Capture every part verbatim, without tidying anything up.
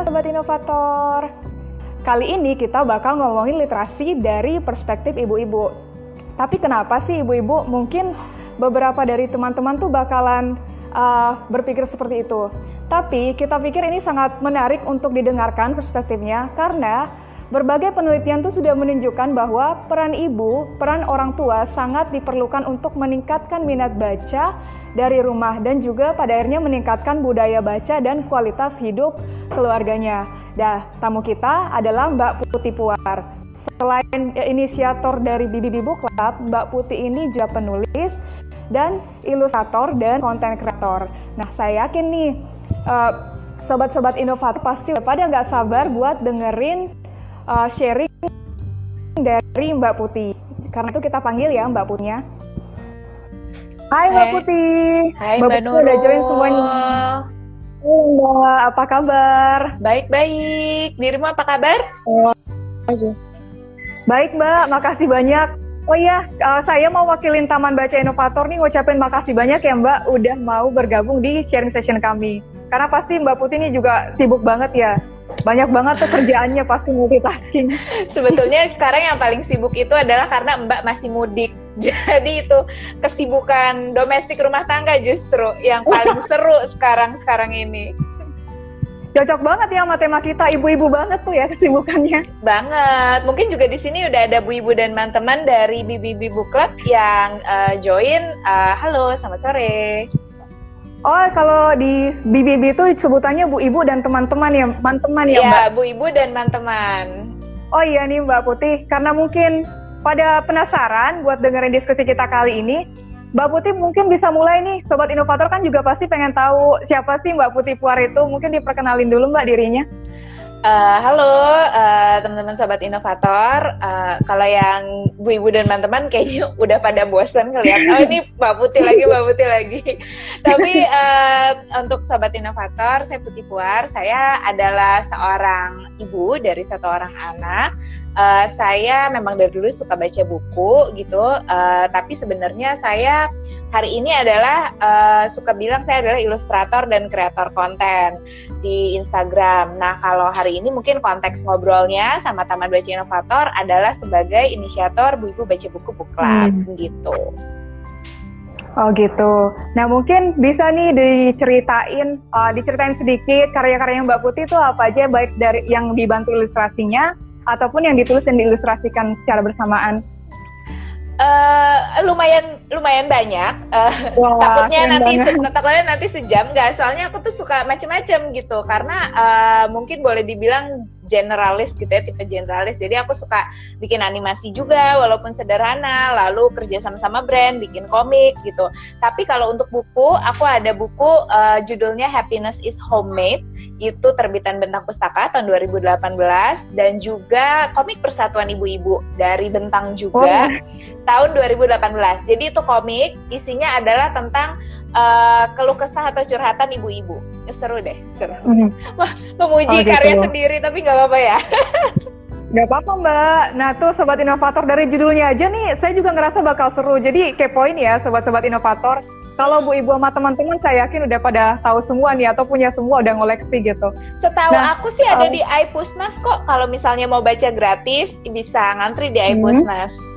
Sobat Inovator. Kali ini kita bakal ngomongin literasi dari perspektif ibu-ibu. Tapi kenapa sih ibu-ibu mungkin beberapa dari teman-teman tuh bakalan uh, berpikir seperti itu. Tapi kita pikir ini sangat menarik untuk didengarkan perspektifnya karena berbagai penelitian tuh sudah menunjukkan bahwa peran ibu, peran orang tua sangat diperlukan untuk meningkatkan minat baca dari rumah dan juga pada akhirnya meningkatkan budaya baca dan kualitas hidup keluarganya. Nah, tamu kita adalah Mbak Putih Puar. Selain inisiator dari Bibi Book Club, Mbak Putih ini juga penulis dan ilustrator dan konten kreator. Nah, saya yakin nih, uh, sobat-sobat inovator pasti pada nggak sabar buat dengerin uh, sharing dari Mbak Putih. Karena itu kita panggil ya Mbak Putihnya. Hai Mbak Putih. Hai Mbak Mbak Putih Nurul. udah join semuanya. Halo Mbak, apa kabar? Baik-baik. Dirimu apa kabar? Oh, baik Mbak, makasih banyak. Oh iya, uh, saya mau wakilin Taman Baca Inovator nih ngucapin makasih banyak ya Mbak udah mau bergabung di sharing session kami. Karena pasti Mbak Putih ini juga sibuk banget ya. Banyak banget tuh kerjaannya, pasti multitasking. Sebetulnya sekarang yang paling sibuk itu adalah karena Mbak masih mudik. Jadi itu kesibukan domestik rumah tangga justru yang paling seru sekarang-sekarang ini. Cocok banget ya sama tema kita, ibu-ibu banget tuh ya kesibukannya. Banget. Mungkin juga di sini udah ada bu ibu dan teman-teman dari Bibi Book Club yang uh, join. Uh, halo, selamat sore. Oh, kalau di B B B itu sebutannya Bu Ibu dan teman-teman ya, teman-teman ya, ya Mbak? Iya, Bu Ibu dan teman-teman. Oh iya nih Mbak Putih, karena mungkin pada penasaran buat dengerin diskusi kita kali ini, Mbak Putih mungkin bisa mulai nih, Sobat Inovator kan juga pasti pengen tahu siapa sih Mbak Putih Puar itu, mungkin diperkenalin dulu Mbak dirinya. Uh, halo uh, teman-teman Sobat Inovator, uh, kalau yang bu ibu dan teman-teman kayaknya udah pada bosan ngeliat, oh ini Mbak Putih lagi, Mbak Putih lagi. Tapi uh, untuk Sobat Inovator, saya Putih Puar, saya adalah seorang ibu dari satu orang anak. Uh, saya memang dari dulu suka baca buku gitu, uh, tapi sebenarnya saya hari ini adalah uh, suka bilang saya adalah ilustrator dan kreator konten di Instagram. Nah, kalau hari ini mungkin konteks ngobrolnya sama Taman Baca Inovator adalah sebagai inisiator Bu Ibu Baca Buku Book Club, hmm. gitu. Oh gitu. Nah mungkin bisa nih diceritain, uh, diceritain sedikit karya-karya Mbak Putih itu apa aja, baik dari yang dibantu ilustrasinya ataupun yang ditulis dan diilustrasikan secara bersamaan. Uh, lumayan lumayan banyak. Uh, Wah, takutnya nanti se, banget. takutnya nanti sejam nggak. Soalnya aku tuh suka macam-macam gitu. Karena uh, mungkin boleh dibilang generalis gitu ya, tipe generalis. Jadi aku suka bikin animasi juga walaupun sederhana, lalu kerja sama-sama brand, bikin komik gitu. Tapi kalau untuk buku, aku ada buku uh, judulnya Happiness is Homemade. Itu terbitan Bentang Pustaka tahun dua ribu delapan belas dan juga komik Persatuan Ibu-Ibu dari Bentang juga. Oh. Tahun dua ribu delapan belas. Jadi itu komik, isinya adalah tentang uh, keluh kesah atau curhatan ibu-ibu. Seru deh, seru. Mm. Wah, memuji oh, gitu. Karya sendiri, tapi nggak apa-apa ya. Nggak apa-apa Mbak. Nah tuh Sobat Inovator, dari judulnya aja nih, saya juga ngerasa bakal seru. Jadi kepoin ya Sobat-Sobat Inovator. Kalau Bu Ibu sama teman-teman saya yakin udah pada tahu semua nih, atau punya semua, udah ngoleksi gitu. Setahu nah, aku sih ada um, di iPusnas kok. Kalau misalnya mau baca gratis, bisa ngantri di iPusnas. Hmm.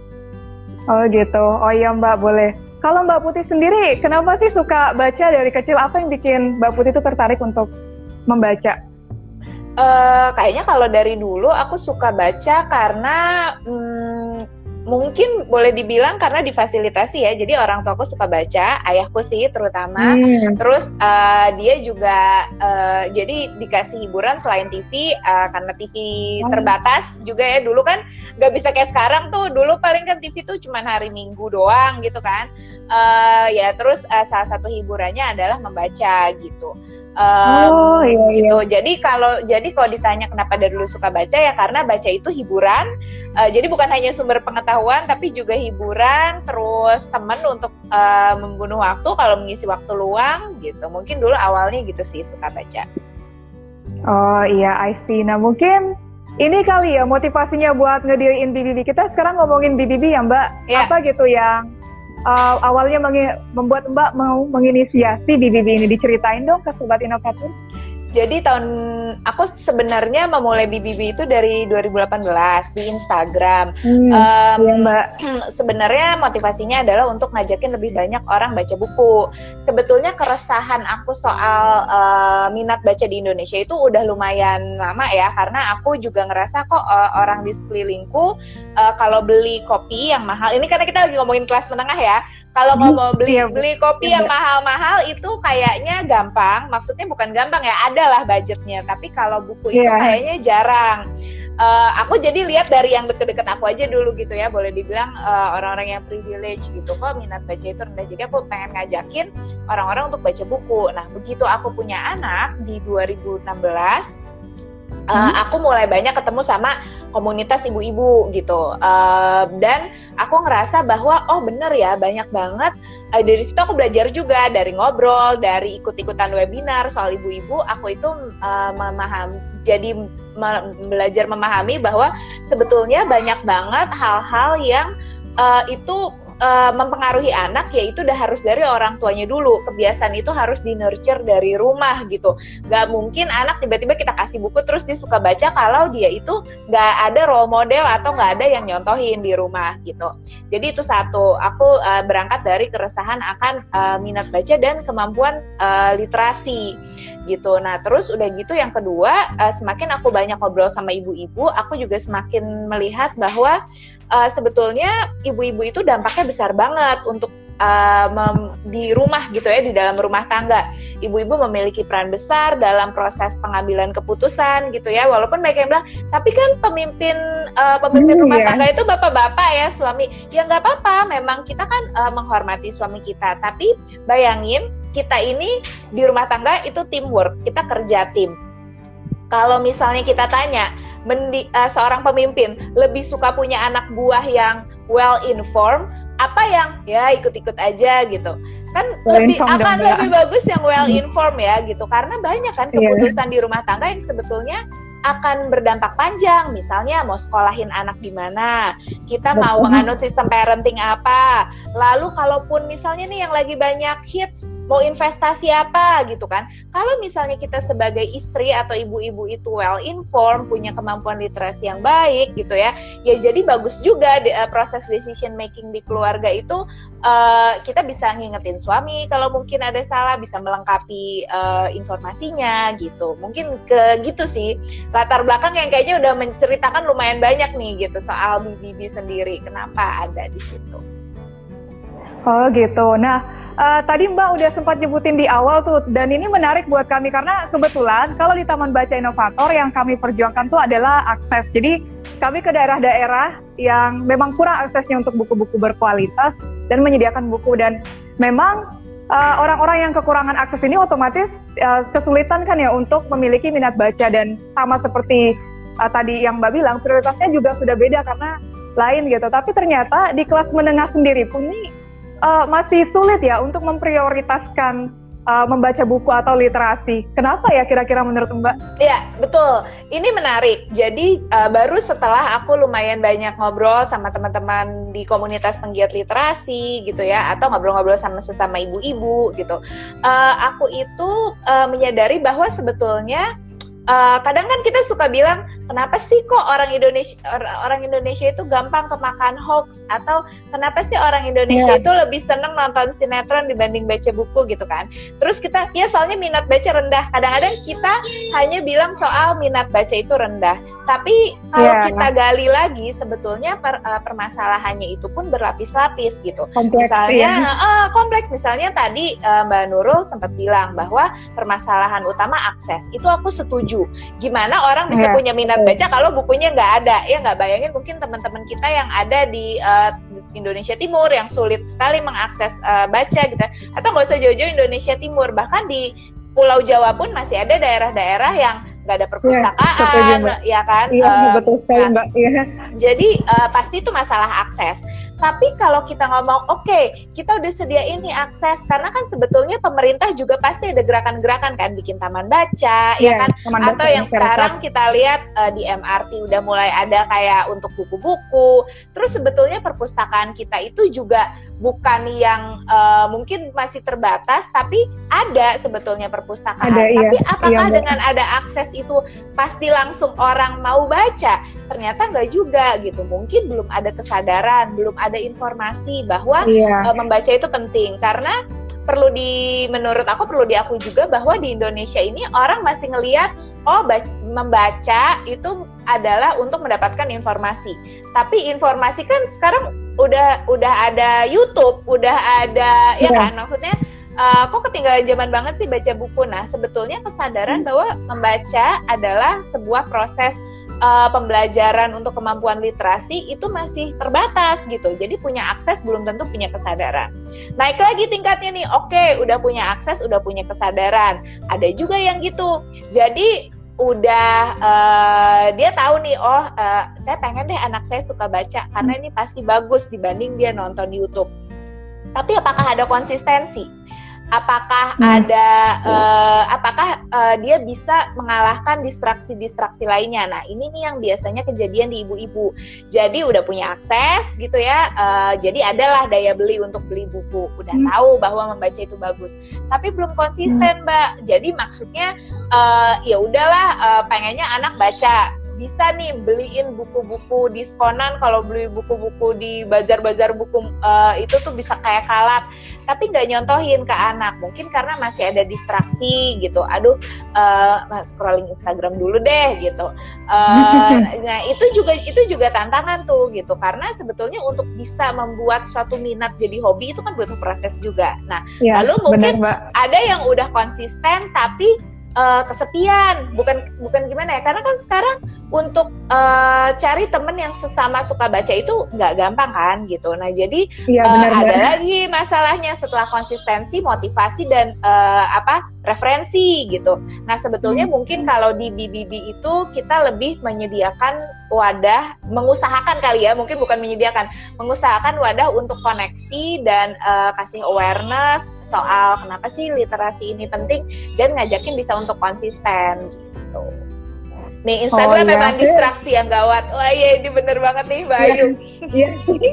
Oh gitu, oh iya Mbak, boleh. Kalau Mbak Putih sendiri, kenapa sih suka baca dari kecil? Apa yang bikin Mbak Putih itu tertarik untuk membaca? Uh, kayaknya kalau dari dulu aku suka baca karena hmm, mungkin boleh dibilang karena difasilitasi ya. Jadi orang tuaku suka baca, ayahku sih terutama. Hmm. Terus uh, dia juga uh, jadi dikasih hiburan selain T V uh, karena T V hmm. terbatas juga ya. Dulu kan nggak bisa kayak sekarang tuh. Dulu paling kan T V tuh cuma hari Minggu doang gitu kan. Uh, ya terus uh, salah satu hiburannya adalah membaca gitu. Um, oh iya, iya. Gitu. Jadi kalau jadi kalau ditanya kenapa dari dulu suka baca ya karena baca itu hiburan. Uh, jadi bukan hanya sumber pengetahuan tapi juga hiburan, terus teman untuk uh, membunuh waktu kalau mengisi waktu luang gitu. Mungkin dulu awalnya gitu sih suka baca. Oh iya, I see. Nah mungkin ini kali ya motivasinya buat ngediriin B B B. Kita sekarang ngomongin B B B ya Mbak. Yeah. Apa gitu yang uh, awalnya mengi- membuat Mbak mau menginisiasi B B B ini? Diceritain dong ke Sobat Inovator. Jadi tahun aku sebenarnya memulai B B B itu dari dua ribu delapan belas di Instagram. Hmm, um, iya, Mbak. Sebenarnya motivasinya adalah untuk ngajakin lebih banyak orang baca buku. Sebetulnya keresahan aku soal uh, minat baca di Indonesia itu udah lumayan lama ya, karena aku juga ngerasa kok uh, orang di sekelilingku uh, kalau beli kopi yang mahal, ini karena kita lagi ngomongin kelas menengah ya. Kalau mau mau beli Iya, beli kopi iya, yang mahal-mahal itu kayaknya gampang, maksudnya bukan gampang ya, adalah budgetnya. Tapi kalau buku itu Iya. kayaknya jarang. Uh, aku jadi lihat dari yang deket-deket aku aja dulu gitu ya, boleh dibilang uh, orang-orang yang privilege gitu, kok minat baca itu rendah. Jadi aku pengen ngajakin orang-orang untuk baca buku. Nah, begitu aku punya anak di dua ribu enam belas, Uh, hmm. aku mulai banyak ketemu sama komunitas ibu-ibu gitu, uh, dan aku ngerasa bahwa oh bener ya, banyak banget. Uh, dari situ aku belajar juga, dari ngobrol, dari ikut-ikutan webinar soal ibu-ibu. Aku itu uh, memahami, jadi me- belajar memahami bahwa sebetulnya banyak banget hal-hal yang uh, itu Uh, mempengaruhi anak, yaitu udah harus dari orang tuanya dulu. Kebiasaan itu harus di-nurture dari rumah gitu. Gak mungkin anak tiba-tiba kita kasih buku terus dia suka baca kalau dia itu gak ada role model atau gak ada yang nyontohin di rumah gitu. Jadi itu satu, aku uh, berangkat dari keresahan akan uh, minat baca dan kemampuan uh, literasi gitu. Nah terus udah gitu yang kedua, uh, semakin aku banyak ngobrol sama ibu-ibu, aku juga semakin melihat bahwa Uh, sebetulnya ibu-ibu itu dampaknya besar banget untuk uh, mem- di rumah gitu ya, di dalam rumah tangga. Ibu-ibu memiliki peran besar dalam proses pengambilan keputusan gitu ya. Walaupun mereka yang bilang, tapi kan pemimpin uh, pemimpin hmm, rumah ya. tangga itu bapak-bapak ya, suami. Ya nggak apa-apa, memang kita kan uh, menghormati suami kita. Tapi bayangin, kita ini di rumah tangga itu teamwork, kita kerja tim. Kalau misalnya kita tanya, mendi, uh, seorang pemimpin lebih suka punya anak buah yang well informed, apa yang ya ikut-ikut aja gitu, kan well lebih akan dong, lebih ya. Bagus yang well informed ya gitu, karena banyak kan keputusan yeah. di rumah tangga yang sebetulnya akan berdampak panjang. Misalnya mau sekolahin anak di mana, kita Betul. mau menganut sistem parenting apa, lalu kalaupun misalnya nih yang lagi banyak hits, mau investasi apa gitu kan. Kalau misalnya kita sebagai istri atau ibu-ibu itu well informed, punya kemampuan literasi yang baik gitu ya, ya jadi bagus juga de- proses decision making di keluarga itu, uh, kita bisa ngingetin suami kalau mungkin ada salah, bisa melengkapi uh, informasinya gitu. Mungkin ke gitu sih latar belakang yang kayaknya udah menceritakan lumayan banyak nih gitu soal B B B sendiri, kenapa ada di situ. Oh gitu. Nah, Uh, tadi Mbak udah sempat nyebutin di awal tuh, dan ini menarik buat kami karena kebetulan kalau di Taman Baca Inovator yang kami perjuangkan tuh adalah akses. Jadi kami ke daerah-daerah yang memang kurang aksesnya untuk buku-buku berkualitas dan menyediakan buku, dan memang uh, orang-orang yang kekurangan akses ini otomatis uh, kesulitan kan ya untuk memiliki minat baca, dan sama seperti uh, tadi yang Mbak bilang, prioritasnya juga sudah beda karena lain gitu. Tapi ternyata di kelas menengah sendiri pun nih Uh, masih sulit ya untuk memprioritaskan uh, membaca buku atau literasi. Kenapa ya kira-kira menurut Mbak? Iya, betul. Ini menarik. Jadi uh, baru setelah aku lumayan banyak ngobrol sama teman-teman di komunitas penggiat literasi gitu ya, atau ngobrol-ngobrol sama sesama ibu-ibu gitu, uh, aku itu uh, menyadari bahwa sebetulnya uh, kadang kan kita suka bilang, kenapa sih kok orang Indonesia orang Indonesia itu gampang kemakan hoax, atau kenapa sih orang Indonesia yeah. itu lebih seneng nonton sinetron dibanding baca buku gitu kan. Terus kita, ya soalnya minat baca rendah. Kadang-kadang kita hanya bilang soal minat baca itu rendah. Tapi kalau yeah. kita gali lagi, sebetulnya per, uh, permasalahannya itu pun berlapis-lapis gitu. Kompleks, misalnya ya. uh, kompleks. Misalnya tadi uh, Mbak Nurul sempat bilang bahwa permasalahan utama akses. Itu aku setuju. Gimana orang bisa yeah. punya minat baca kalau bukunya nggak ada, ya nggak. Bayangin mungkin teman-teman kita yang ada di uh, Indonesia Timur yang sulit sekali mengakses uh, baca gitu, atau nggak usah jauh-jauh Indonesia Timur, bahkan di Pulau Jawa pun masih ada daerah-daerah yang nggak ada perpustakaan, ya, ya kan? Iya, uh, betul sekali, Mbak. Ya. Jadi uh, pasti itu masalah akses. Tapi kalau kita ngomong, oke, okay, kita udah sediain nih akses, karena kan sebetulnya pemerintah juga pasti ada gerakan-gerakan kan, bikin taman baca, yeah, ya kan? Atau yang sekarang kita lihat uh, di M R T udah mulai ada kayak untuk buku-buku. Terus sebetulnya perpustakaan kita itu juga bukan yang uh, mungkin masih terbatas, tapi ada sebetulnya perpustakaan. Ada, tapi iya. apakah iya, dengan ada akses itu pasti langsung orang mau baca? Ternyata nggak juga gitu. Mungkin belum ada kesadaran, belum ada informasi bahwa iya. uh, membaca itu penting. Karena perlu di, menurut aku perlu diakui juga bahwa di Indonesia ini orang masih ngelihat oh baca, membaca itu adalah untuk mendapatkan informasi. Tapi informasi kan sekarang udah udah ada YouTube, udah ada yeah. ya kan, maksudnya uh, kok ketinggalan zaman banget sih baca buku. Nah, sebetulnya kesadaran bahwa membaca adalah sebuah proses uh, pembelajaran untuk kemampuan literasi itu masih terbatas gitu. Jadi punya akses belum tentu punya kesadaran. Naik lagi tingkatnya nih, oke, udah punya akses, udah punya kesadaran. Ada juga yang gitu. Jadi udah uh, dia tahu nih, oh uh, saya pengen deh anak saya suka baca karena ini pasti bagus dibanding dia nonton YouTube. Tapi apakah ada konsistensi? Apakah hmm. ada, uh, apakah uh, dia bisa mengalahkan distraksi-distraksi lainnya? Nah, ini nih yang biasanya kejadian di ibu-ibu. Jadi udah punya akses gitu ya, uh, jadi adalah daya beli untuk beli buku. Udah hmm. tahu bahwa membaca itu bagus, tapi belum konsisten, hmm. Mbak. Jadi maksudnya uh, ya udahlah, uh, pengennya anak baca. Bisa nih beliin buku-buku diskonan, kalau beli buku-buku di bazar-bazar buku uh, itu tuh bisa kayak kalap, tapi nggak nyontohin ke anak, mungkin karena masih ada distraksi gitu. Aduh, uh, scrolling Instagram dulu deh gitu. Uh, nah itu juga itu juga tantangan tuh gitu, karena sebetulnya untuk bisa membuat suatu minat jadi hobi itu kan butuh proses juga. Nah ya, lalu mungkin bener, ada yang udah konsisten tapi Uh, kesepian, bukan bukan gimana ya, karena kan sekarang untuk uh, cari temen yang sesama suka baca itu nggak gampang kan gitu. Nah jadi ya, uh, ada lagi masalahnya setelah konsistensi, motivasi dan uh, apa referensi gitu. Nah sebetulnya hmm. mungkin kalau di B B B itu kita lebih menyediakan wadah, mengusahakan kali ya, mungkin bukan menyediakan, mengusahakan wadah untuk koneksi dan uh, kasih awareness soal kenapa sih literasi ini penting dan ngajakin bisa untuk konsisten gitu. Nih Instagram oh, iya. memang distraksi yang gawat. Wah iya ini bener banget nih Mbak Ayu. Iya.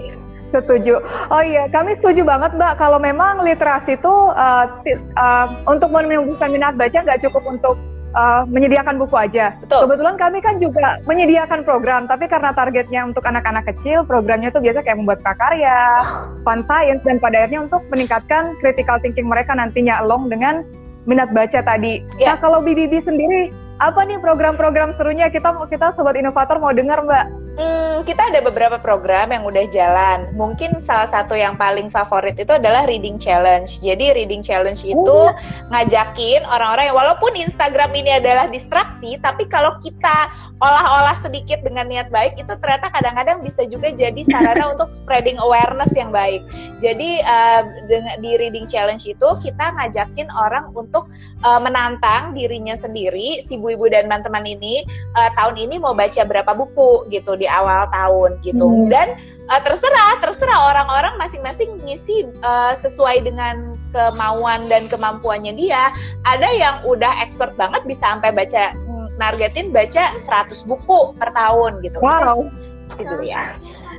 Setuju. Oh iya, kami setuju banget Mbak. Kalau memang literasi itu uh, uh, untuk menumbuhkan minat baca nggak cukup untuk uh, menyediakan buku aja. Betul. Kebetulan kami kan juga menyediakan program, tapi karena targetnya untuk anak-anak kecil, programnya itu biasa kayak membuat prakarya, fun science, dan pada akhirnya untuk meningkatkan critical thinking mereka nantinya along dengan minat baca tadi. Yeah. Nah kalau B B B sendiri, apa nih program-program serunya? Kita kita Sobat Inovator mau dengar Mbak. Hmm, kita ada beberapa program yang udah jalan. Mungkin salah satu yang paling favorit itu adalah Reading Challenge. Jadi Reading Challenge itu oh. ngajakin orang-orang yang walaupun Instagram ini adalah distraksi, tapi kalau kita olah-olah sedikit dengan niat baik, itu ternyata kadang-kadang bisa juga jadi sarana untuk spreading awareness yang baik. Jadi uh, di Reading Challenge itu kita ngajakin orang untuk uh, menantang dirinya sendiri, si ibu-ibu dan teman-teman ini uh, tahun ini mau baca berapa buku gitu di awal tahun gitu. Hmm. Dan uh, terserah terserah orang-orang masing-masing ngisi uh, sesuai dengan kemauan dan kemampuannya dia. Ada yang udah expert banget bisa sampai baca nargetin baca seratus buku per tahun gitu. Wow. Gitu ya.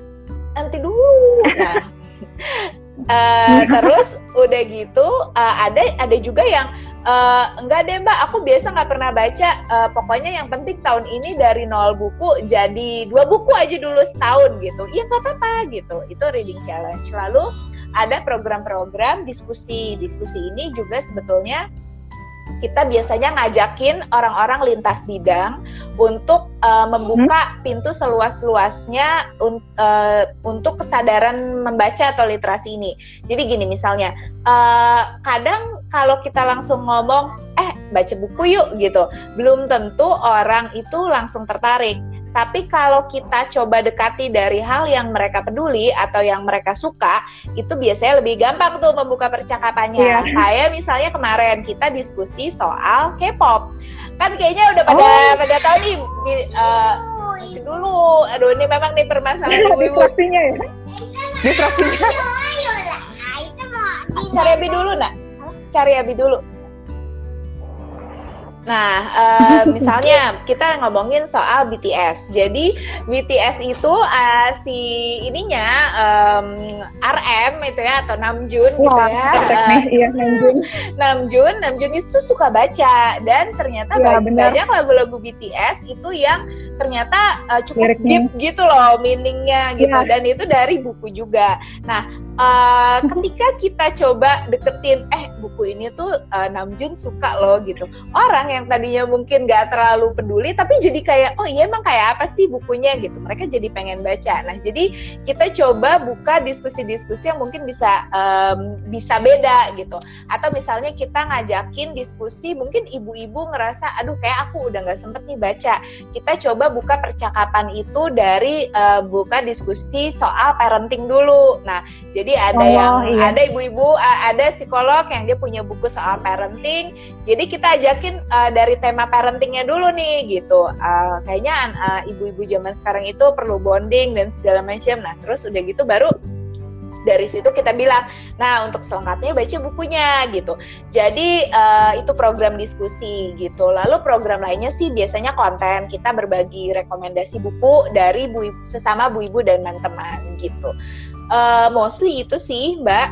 Nanti dulu. Nah. uh, terus udah gitu uh, ada ada juga yang uh, enggak deh Mbak, aku biasa nggak pernah baca, uh, pokoknya yang penting tahun ini dari nol buku jadi dua buku aja dulu setahun gitu. Ya nggak apa-apa gitu. Itu Reading Challenge. Lalu ada program-program diskusi. Diskusi ini juga sebetulnya kita biasanya ngajakin orang-orang lintas bidang untuk uh, membuka hmm. pintu seluas-luasnya un- uh, untuk kesadaran membaca atau literasi ini. Jadi gini misalnya, uh, kadang kalau kita langsung ngomong, eh baca buku yuk gitu, belum tentu orang itu langsung tertarik. Tapi kalau kita coba dekati dari hal yang mereka peduli atau yang mereka suka, itu biasanya lebih gampang tuh membuka percakapannya. Yeah. Kayak misalnya kemarin kita diskusi soal K-pop. Kan kayaknya udah pada oh. pada tahu nih uh, dulu. Aduh ini memang nih permasalahan ibu-ibu. Distraksinya ya. Distraksinya. Cari Abi dulu nak. Cari Abi dulu. Nah, uh, misalnya kita ngomongin soal B T S. Jadi B T S itu uh, si ininya um, R M itu ya atau Namjoon gitu ya. Uh, iya, Namjoon. Namjoon, Namjoon itu suka baca dan ternyata ya, banyak, banyak lagu-lagu B T S itu yang ternyata uh, cukup Liriknya. deep gitu loh meaningnya gitu ya. Dan itu dari buku juga. Nah, uh, ketika kita coba deketin, eh buku ini tuh uh, Namjoon suka loh gitu. Orang yang tadinya mungkin gak terlalu peduli tapi jadi kayak, oh iya emang kayak apa sih bukunya gitu. Mereka jadi pengen baca. Nah jadi kita coba buka diskusi-diskusi yang mungkin bisa um, bisa beda gitu. Atau misalnya kita ngajakin diskusi, mungkin ibu-ibu ngerasa, aduh kayak aku udah gak sempet nih baca. Kita coba buka percakapan itu dari uh, buka diskusi soal parenting dulu. Nah jadi ada oh, yang iya. ada ibu-ibu, ada psikolog yang dia punya buku soal parenting. Jadi kita ajakin uh, dari tema parentingnya dulu nih gitu. Uh, kayaknya uh, ibu-ibu zaman sekarang itu perlu bonding dan segala macam. Nah terus udah gitu baru dari situ kita bilang, nah untuk selengkapnya baca bukunya gitu. Jadi uh, itu program diskusi gitu. Lalu program lainnya sih biasanya konten. Kita berbagi rekomendasi buku dari bu, sesama bu ibu dan teman-teman gitu. Uh, mostly itu sih Mbak.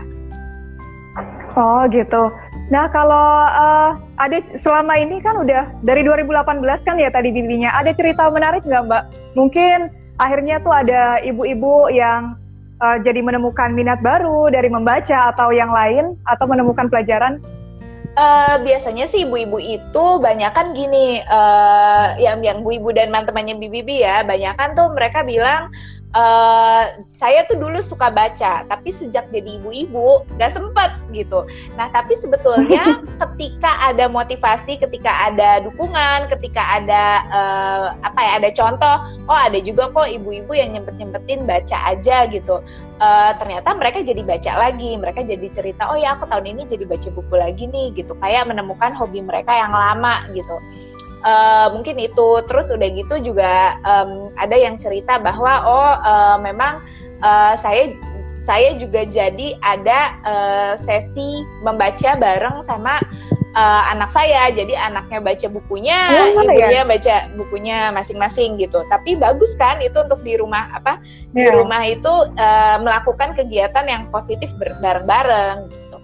Oh gitu. Nah kalau uh, ada selama ini kan udah dari dua ribu delapan belas kan ya tadi bibinya, ada cerita menarik nggak Mbak? Mungkin akhirnya tuh ada ibu-ibu yang uh, jadi menemukan minat baru dari membaca atau yang lain, atau menemukan pelajaran? Uh, biasanya sih ibu-ibu itu banyakan gini, uh, yang yang ibu-ibu dan teman-temannya Bibi ya, banyakan tuh mereka bilang, Uh, saya tuh dulu suka baca, tapi sejak jadi ibu-ibu gak sempet gitu. Nah tapi sebetulnya ketika ada motivasi, ketika ada dukungan, ketika ada uh, apa ya, ada contoh, oh ada juga kok ibu-ibu yang nyempet-nyempetin baca aja gitu. Uh, ternyata mereka jadi baca lagi, mereka jadi cerita, oh ya aku tahun ini jadi baca buku lagi nih gitu, kayak menemukan hobi mereka yang lama gitu. Uh, mungkin itu. Terus udah gitu juga um, ada yang cerita bahwa oh uh, memang uh, saya saya juga jadi ada uh, sesi membaca bareng sama uh, anak saya. Jadi anaknya baca bukunya, oh, ibunya ya? baca bukunya masing-masing gitu. Tapi bagus kan itu untuk di rumah apa yeah. di rumah itu uh, melakukan kegiatan yang positif bareng-bareng gitu.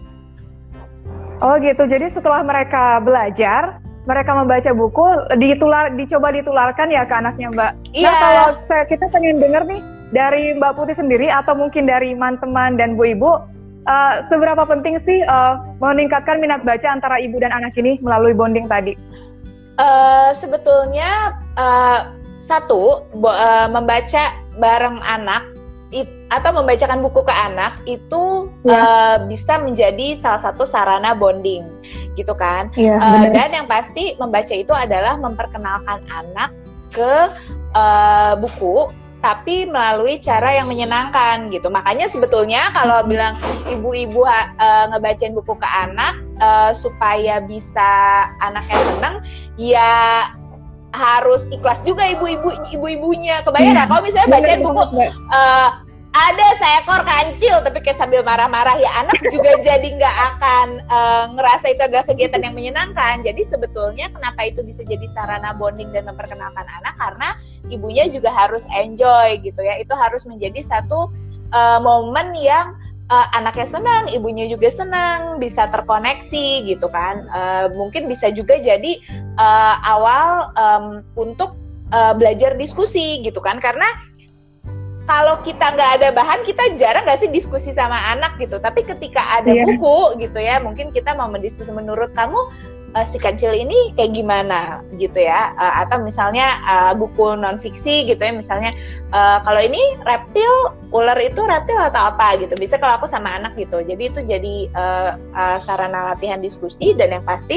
Oh gitu. Jadi setelah mereka belajar, mereka membaca buku, ditular, dicoba ditularkan ya ke anaknya Mbak. Iya. Nah kalau saya, kita pengen dengar nih dari Mbak Putih sendiri atau mungkin dari teman-teman dan Bu Ibu, uh, seberapa penting sih uh, meningkatkan minat baca antara ibu dan anak ini melalui bonding tadi? Uh, sebetulnya uh, satu, bo, uh, membaca bareng anak it, atau membacakan buku ke anak itu ya. uh, bisa menjadi salah satu sarana bonding. Gitu kan, ya, uh, dan yang pasti membaca itu adalah memperkenalkan anak ke uh, buku, tapi melalui cara yang menyenangkan gitu. Makanya sebetulnya kalau bilang ibu-ibu uh, ngebacain buku ke anak uh, supaya bisa anaknya senang, ya harus ikhlas juga ibu-ibu ibu-ibunya. Kebayang nggak? Ya. Kalau misalnya bacain buku uh, ada seekor kancil tapi kayak sambil marah-marah, ya anak juga jadi nggak akan uh, ngerasa itu adalah kegiatan yang menyenangkan. Jadi sebetulnya kenapa itu bisa jadi sarana bonding dan memperkenalkan anak, karena ibunya juga harus enjoy gitu ya. Itu harus menjadi satu uh, momen yang uh, anaknya senang, ibunya juga senang, bisa terkoneksi gitu kan. Uh, mungkin bisa juga jadi uh, awal um, untuk uh, belajar diskusi gitu kan, karena kalau kita nggak ada bahan, kita jarang nggak sih diskusi sama anak gitu. Tapi ketika ada yeah. buku gitu ya, mungkin kita mau mendiskusi, menurut kamu uh, si kancil ini kayak gimana gitu ya. Uh, atau misalnya uh, buku non-fiksi gitu ya, misalnya uh, kalau ini reptil, ular itu reptil atau apa gitu. Bisa kalau aku sama anak gitu. Jadi itu jadi uh, uh, sarana latihan diskusi. Dan yang pasti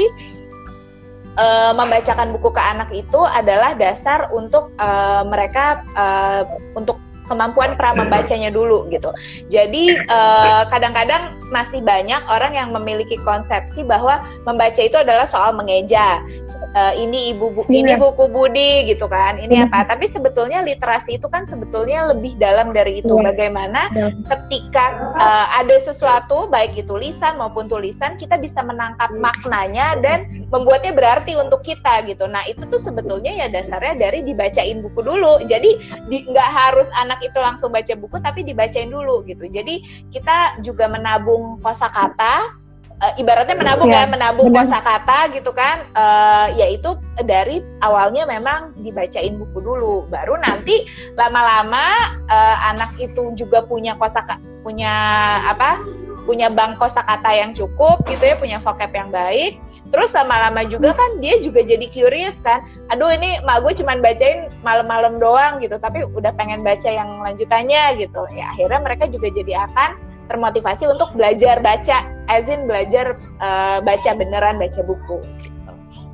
uh, membacakan buku ke anak itu adalah dasar untuk uh, mereka uh, untuk kemampuan pra membacanya dulu gitu. Jadi uh, kadang-kadang masih banyak orang yang memiliki konsepsi bahwa membaca itu adalah soal mengeja. Uh, ini ibu bu, yeah. ini buku Budi gitu kan. Ini yeah. apa? Tapi sebetulnya literasi itu kan sebetulnya lebih dalam dari itu. Yeah. Bagaimana yeah. ketika uh, ada sesuatu baik itu lisan maupun tulisan, kita bisa menangkap maknanya dan membuatnya berarti untuk kita gitu. Nah itu tuh sebetulnya ya dasarnya dari dibacain buku dulu. Jadi nggak harus anak itu langsung baca buku, tapi dibacain dulu gitu. Jadi kita juga menabung kosakata, uh, ibaratnya menabung ya, ya menabung kosakata gitu kan. Uh, yaitu dari awalnya memang dibacain buku dulu, baru nanti lama-lama uh, anak itu juga punya kosakata, punya apa? punya bank kosakata yang cukup gitu ya, punya vocab yang baik. Terus lama-lama juga kan dia juga jadi curious kan, aduh ini mak gue cuman bacain malam-malam doang gitu, tapi udah pengen baca yang lanjutannya gitu. Ya akhirnya mereka juga jadi akan termotivasi untuk belajar baca, as in belajar uh, baca beneran, baca buku gitu.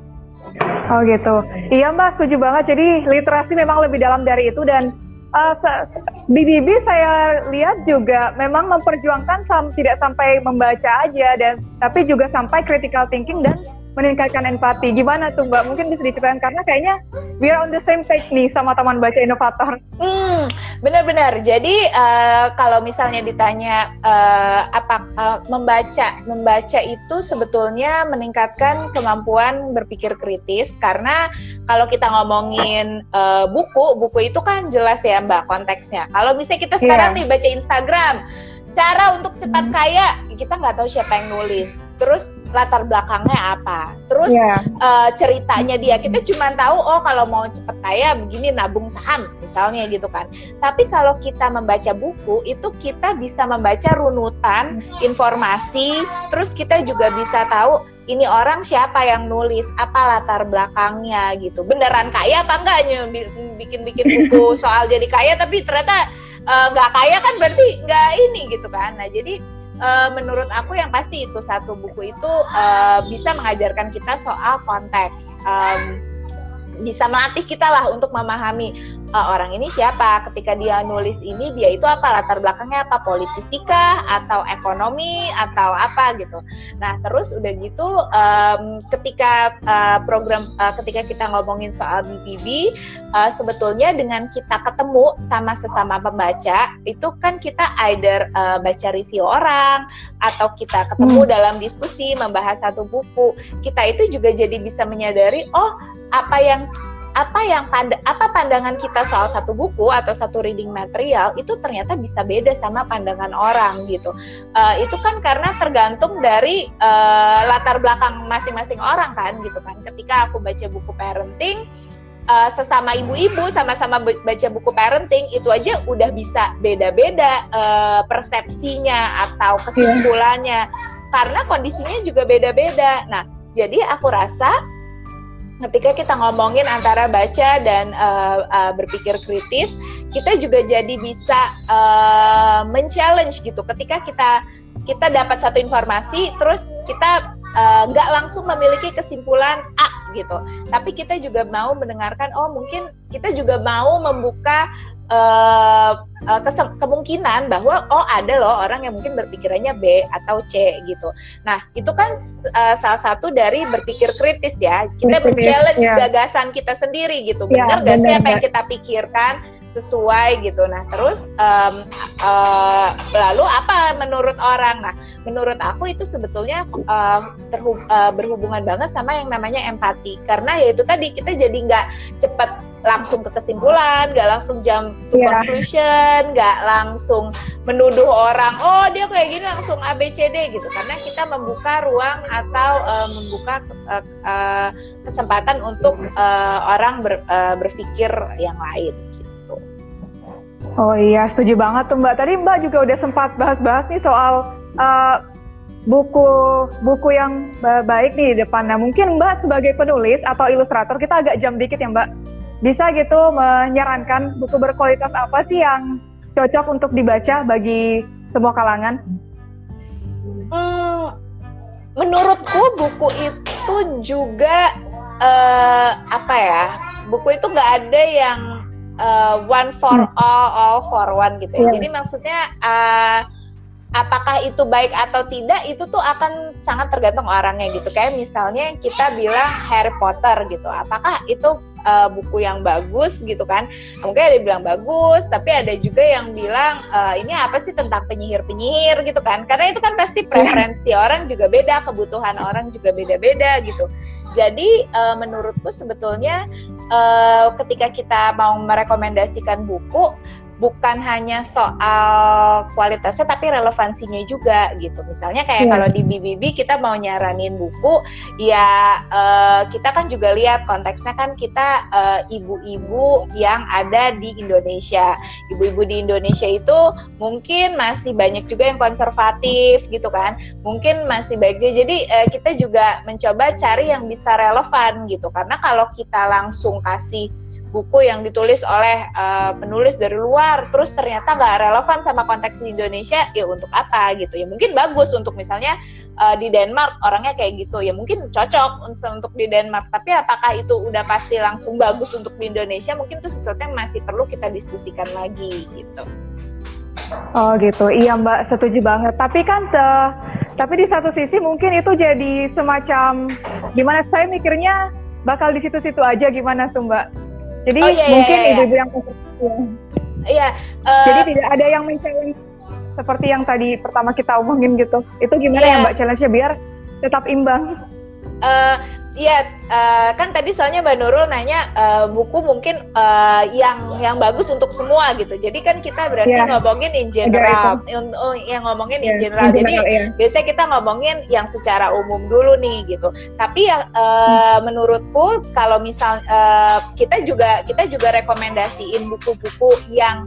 Oh gitu, iya Mbak, setuju banget. Jadi literasi memang lebih dalam dari itu, dan Uh, di B B saya lihat juga memang memperjuangkan sam, tidak sampai membaca aja, dan tapi juga sampai critical thinking dan meningkatkan empati. Gimana tuh Mbak? Mungkin bisa diceritain, karena kayaknya we are on the same page nih sama teman baca inovator. Hmm, benar-benar. Jadi uh, kalau misalnya ditanya uh, apa uh, membaca, membaca itu sebetulnya meningkatkan kemampuan berpikir kritis, karena kalau kita ngomongin uh, buku, buku itu kan jelas ya Mbak konteksnya. Kalau misalnya kita sekarang yeah. nih baca Instagram, cara untuk cepat kaya, kita nggak tahu siapa yang nulis. Terus latar belakangnya apa, terus yeah. uh, ceritanya dia, kita cuma tahu oh kalau mau cepet kaya begini nabung saham misalnya gitu kan. Tapi kalau kita membaca buku itu kita bisa membaca runutan informasi, terus kita juga bisa tahu ini orang siapa yang nulis, apa latar belakangnya gitu, beneran kaya apa enggak, bikin-bikin buku soal jadi kaya tapi ternyata nggak uh, kaya kan berarti nggak ini gitu kan. Nah jadi Uh, menurut aku yang pasti itu satu buku itu uh, bisa mengajarkan kita soal konteks, um, bisa melatih kita lah untuk memahami uh, orang ini siapa, ketika dia nulis ini dia itu apa, latar belakangnya apa, politisikah atau ekonomi atau apa gitu. Nah terus udah gitu um, ketika uh, program uh, ketika kita ngomongin soal B P B, uh, sebetulnya dengan kita ketemu sama sesama pembaca itu kan kita either uh, baca review orang atau kita ketemu hmm. dalam diskusi membahas satu buku, kita itu juga jadi bisa menyadari oh apa yang apa yang pand- apa pandangan kita soal satu buku atau satu reading material itu ternyata bisa beda sama pandangan orang gitu. Uh, itu kan karena tergantung dari uh, latar belakang masing-masing orang kan gitu kan. Ketika aku baca buku parenting, uh, sesama ibu-ibu sama-sama baca buku parenting itu aja udah bisa beda-beda uh, persepsinya atau kesimpulannya karena kondisinya juga beda-beda. Nah jadi aku rasa ketika kita ngomongin antara baca dan uh, uh, berpikir kritis, kita juga jadi bisa uh, men-challenge gitu. Ketika kita kita dapat satu informasi, terus kita nggak uh, langsung memiliki kesimpulan A gitu, tapi kita juga mau mendengarkan, oh mungkin kita juga mau membuka Uh, uh, kesem- kemungkinan bahwa oh ada loh orang yang mungkin berpikirannya B atau C gitu. Nah itu kan uh, salah satu dari berpikir kritis ya. Kita men-challenge ya. Gagasan kita sendiri gitu. Benar nggak ya, sih apa yang kita pikirkan sesuai gitu. Nah terus um, uh, lalu apa menurut orang? Nah menurut aku itu sebetulnya uh, terhub- uh, berhubungan banget sama yang namanya empati. Karena ya itu tadi kita jadi nggak cepat langsung ke kesimpulan, nggak langsung jump to yeah. conclusion, nggak langsung menuduh orang, oh dia kayak gini langsung A B C D gitu, karena kita membuka ruang atau uh, membuka uh, uh, kesempatan untuk uh, orang ber, uh, berpikir yang lain gitu. Oh iya, setuju banget tuh Mbak. Tadi Mbak juga udah sempat bahas-bahas nih soal uh, buku buku yang baik nih di depan. Nah mungkin Mbak sebagai penulis atau ilustrator, kita agak jam dikit ya Mbak, bisa gitu menyarankan buku berkualitas apa sih yang cocok untuk dibaca bagi semua kalangan? Hmm, menurutku buku itu juga uh, apa ya? Buku itu nggak ada yang uh, one for all, all for one gitu ya. Yeah. Jadi maksudnya uh, apakah itu baik atau tidak itu tuh akan sangat tergantung orangnya gitu. Kayak misalnya kita bilang Harry Potter gitu, apakah itu uh, buku yang bagus gitu kan. Mungkin ada yang bilang bagus, tapi ada juga yang bilang uh, ini apa sih tentang penyihir-penyihir gitu kan. Karena itu kan pasti preferensi orang juga beda, kebutuhan orang juga beda-beda gitu. Jadi uh, menurutku sebetulnya uh, ketika kita mau merekomendasikan buku, bukan hanya soal kualitasnya tapi relevansinya juga gitu. Misalnya kayak yeah. kalau di B B B kita mau nyaranin buku, ya uh, kita kan juga lihat konteksnya kan kita uh, ibu-ibu yang ada di Indonesia. Ibu-ibu di Indonesia itu mungkin masih banyak juga yang konservatif gitu kan. Mungkin masih baik juga. Jadi uh, kita juga mencoba cari yang bisa relevan gitu. Karena kalau kita langsung kasih buku yang ditulis oleh uh, penulis dari luar, terus ternyata nggak relevan sama konteks di Indonesia, ya untuk apa gitu? Ya mungkin bagus untuk misalnya uh, di Denmark orangnya kayak gitu, ya mungkin cocok untuk di Denmark. Tapi apakah itu udah pasti langsung bagus untuk di Indonesia? Mungkin itu sesuatu yang masih perlu kita diskusikan lagi gitu. Oh gitu, iya Mbak, setuju banget. Tapi kan, uh, tapi di satu sisi mungkin itu jadi semacam, gimana saya mikirnya bakal di situ-situ aja gimana tuh Mbak? Jadi oh, iya, mungkin iya, iya. ibu-ibu yang iya, uh, jadi tidak ada yang men-challenge seperti yang tadi pertama kita omongin gitu. Itu gimana iya. ya Mbak challenge-nya biar tetap imbang? Uh, Iya, uh, kan tadi soalnya Mbak Nurul nanya uh, buku mungkin uh, yang yang bagus untuk semua gitu. Jadi kan kita berarti yeah. ngomongin in general, oh, yang ngomongin yeah. in general. Jadi yeah. biasanya kita ngomongin yang secara umum dulu nih gitu. Tapi ya uh, hmm. menurutku kalau misal uh, kita juga kita juga rekomendasiin buku-buku yang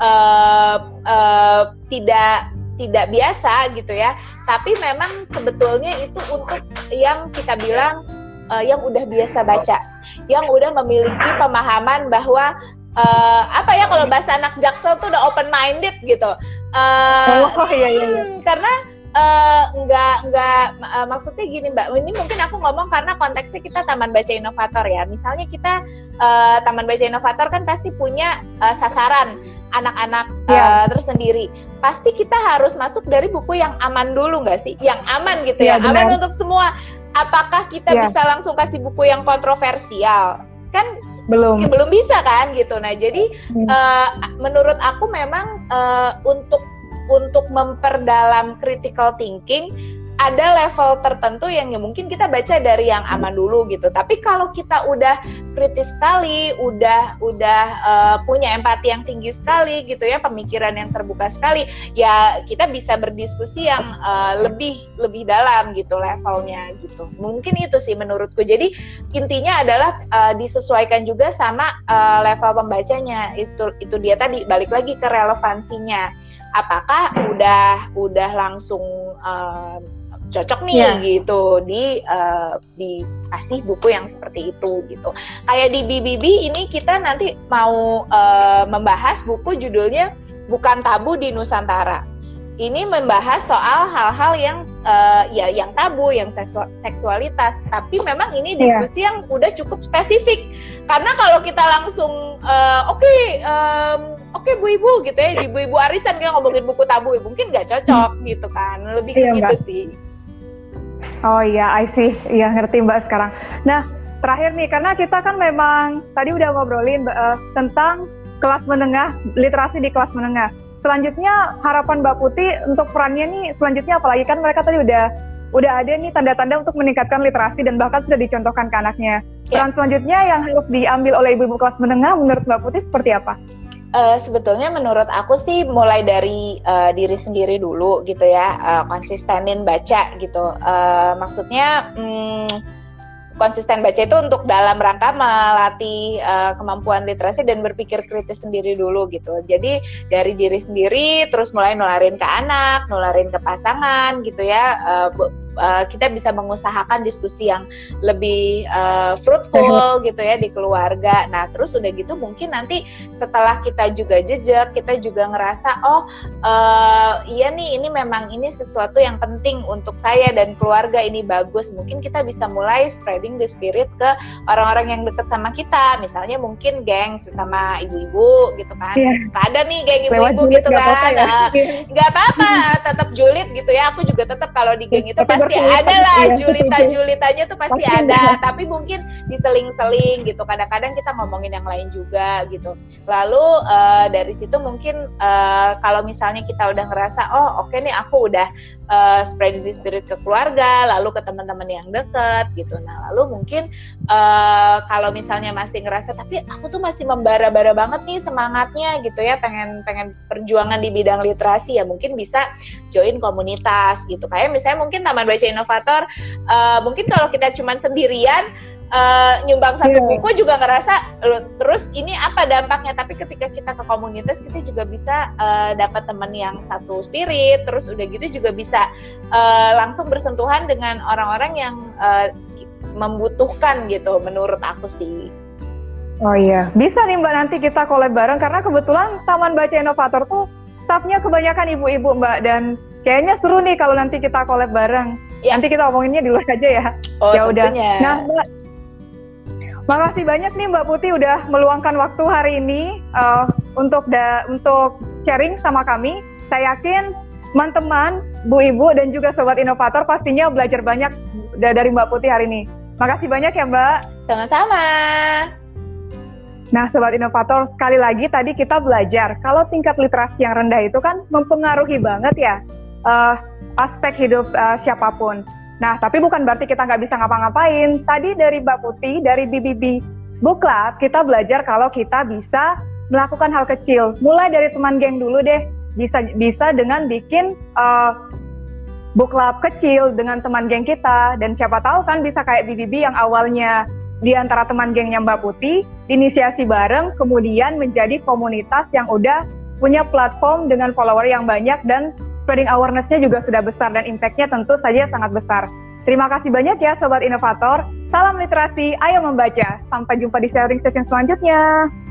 uh, uh, tidak tidak biasa gitu ya. Tapi memang sebetulnya itu untuk yang kita bilang Uh, yang udah biasa baca, yang udah memiliki pemahaman bahwa uh, apa ya kalau bahasa anak Jaksel tuh udah open minded gitu. Uh, oh iya iya. Hmm, karena uh, nggak nggak uh, maksudnya gini Mbak, ini mungkin aku ngomong karena konteksnya kita Taman Baca Inovator ya. Misalnya kita uh, Taman Baca Inovator kan pasti punya uh, sasaran anak-anak yeah. uh, tersendiri. Pasti kita harus masuk dari buku yang aman dulu nggak sih? Yang aman gitu yeah, ya, benar. Aman untuk semua. Apakah kita yeah. bisa langsung kasih buku yang kontroversial? Kan belum ya, belum bisa kan gitu. Nah jadi hmm. uh, menurut aku memang uh, untuk untuk memperdalam critical thinking ada level tertentu yang ya mungkin kita baca dari yang aman dulu gitu. Tapi kalau kita udah kritis sekali, udah udah uh, punya empati yang tinggi sekali gitu ya, pemikiran yang terbuka sekali, ya kita bisa berdiskusi yang uh, lebih lebih dalam gitu levelnya gitu. Mungkin itu sih menurutku. Jadi intinya adalah uh, disesuaikan juga sama uh, level pembacanya. Itu itu dia tadi balik lagi ke relevansinya. Apakah udah udah langsung uh, cocok nih yeah. gitu di uh, dikasih buku yang seperti itu gitu. Kayak di B B B ini kita nanti mau uh, membahas buku judulnya Bukan Tabu di Nusantara. Ini membahas soal hal-hal yang uh, ya yang tabu, yang seksual, seksualitas. Tapi memang ini diskusi yeah. yang udah cukup spesifik. Karena kalau kita langsung uh, oke okay, um, oke okay, Bu Ibu gitu ya, di Bu Ibu Arisan kita ngomongin buku tabu, mungkin nggak cocok hmm. gitu kan. Lebih ke yeah, gitu enggak. sih. Oh iya, I see. Iya, ngerti Mbak sekarang. Nah, terakhir nih, karena kita kan memang tadi udah ngobrolin uh, tentang kelas menengah, literasi di kelas menengah. Selanjutnya, harapan Mbak Putih untuk perannya nih, selanjutnya apalagi kan mereka tadi udah udah ada nih tanda-tanda untuk meningkatkan literasi dan bahkan sudah dicontohkan ke anaknya. Peran yeah. selanjutnya yang harus diambil oleh ibu-ibu kelas menengah menurut Mbak Putih seperti apa? Uh, sebetulnya menurut aku sih mulai dari uh, diri sendiri dulu gitu ya, uh, konsistenin baca gitu. Uh, maksudnya hmm, konsisten baca itu untuk dalam rangka melatih uh, kemampuan literasi dan berpikir kritis sendiri dulu gitu. Jadi dari diri sendiri terus mulai nularin ke anak, nularin ke pasangan gitu ya. Uh, Uh, kita bisa mengusahakan diskusi yang lebih uh, fruitful gitu ya di keluarga. Nah terus udah gitu mungkin nanti setelah kita juga jejak, kita juga ngerasa oh uh, iya nih ini memang ini sesuatu yang penting untuk saya dan keluarga, ini bagus. Mungkin kita bisa mulai spreading the spirit ke orang-orang yang dekat sama kita. Misalnya mungkin geng sesama ibu-ibu gitu kan. Yeah. Ada nih geng ibu-ibu gitu kan. Nggak apa-apa, ya. Nah, nggak apa-apa, tetap julid gitu ya. Aku juga tetap kalau di geng itu pasti pasti ada lah, iya, julita-julitanya tuh pasti, pasti ada. Tapi mungkin diseling-seling gitu. Kadang-kadang kita ngomongin yang lain juga gitu. Lalu uh, dari situ mungkin uh, kalau misalnya kita udah ngerasa, oh oke okay nih aku udah uh, spreading the spirit ke keluarga, lalu ke teman-teman yang deket gitu. Nah lalu mungkin uh, kalau misalnya masih ngerasa, tapi aku tuh masih membara-bara banget nih semangatnya gitu ya, pengen pengen perjuangan di bidang literasi, ya mungkin bisa join komunitas gitu. Kayak misalnya mungkin Taman Baca Inovator, uh, mungkin kalau kita cuman sendirian uh, nyumbang satu yeah. buku juga ngerasa, terus ini apa dampaknya? Tapi ketika kita ke komunitas, kita juga bisa uh, dapat teman yang satu spirit, terus udah gitu juga bisa uh, langsung bersentuhan dengan orang-orang yang uh, membutuhkan gitu, menurut aku sih. Oh iya, bisa nih Mbak nanti kita collab bareng, karena kebetulan Taman Baca Inovator tuh staffnya kebanyakan ibu-ibu Mbak, dan kayaknya seru nih kalau nanti kita collab bareng. Ya. Nanti kita omonginnya di luar aja ya. Oh, ya udah. Tentunya. Nah Mbak, makasih banyak nih Mbak Putih udah meluangkan waktu hari ini uh, untuk da untuk sharing sama kami. Saya yakin teman-teman, Bu Ibu dan juga Sobat Inovator pastinya belajar banyak dari Mbak Putih hari ini. Makasih banyak ya Mbak. Sama-sama. Nah, Sobat Inovator, sekali lagi tadi kita belajar kalau tingkat literasi yang rendah itu kan mempengaruhi banget ya uh, aspek hidup uh, siapapun. Nah, tapi bukan berarti kita nggak bisa ngapa-ngapain. Tadi dari Mbak Putih, dari B B B Book Club, kita belajar kalau kita bisa melakukan hal kecil. Mulai dari teman geng dulu deh. Bisa bisa dengan bikin uh, book club kecil dengan teman geng kita. Dan siapa tahu kan bisa kayak B B B yang awalnya di antara teman gengnya Mbak Putih, inisiasi bareng, kemudian menjadi komunitas yang udah punya platform dengan follower yang banyak dan spreading awareness-nya juga sudah besar dan impact-nya tentu saja sangat besar. Terima kasih banyak ya Sobat Inovator. Salam literasi, ayo membaca. Sampai jumpa di sharing session selanjutnya.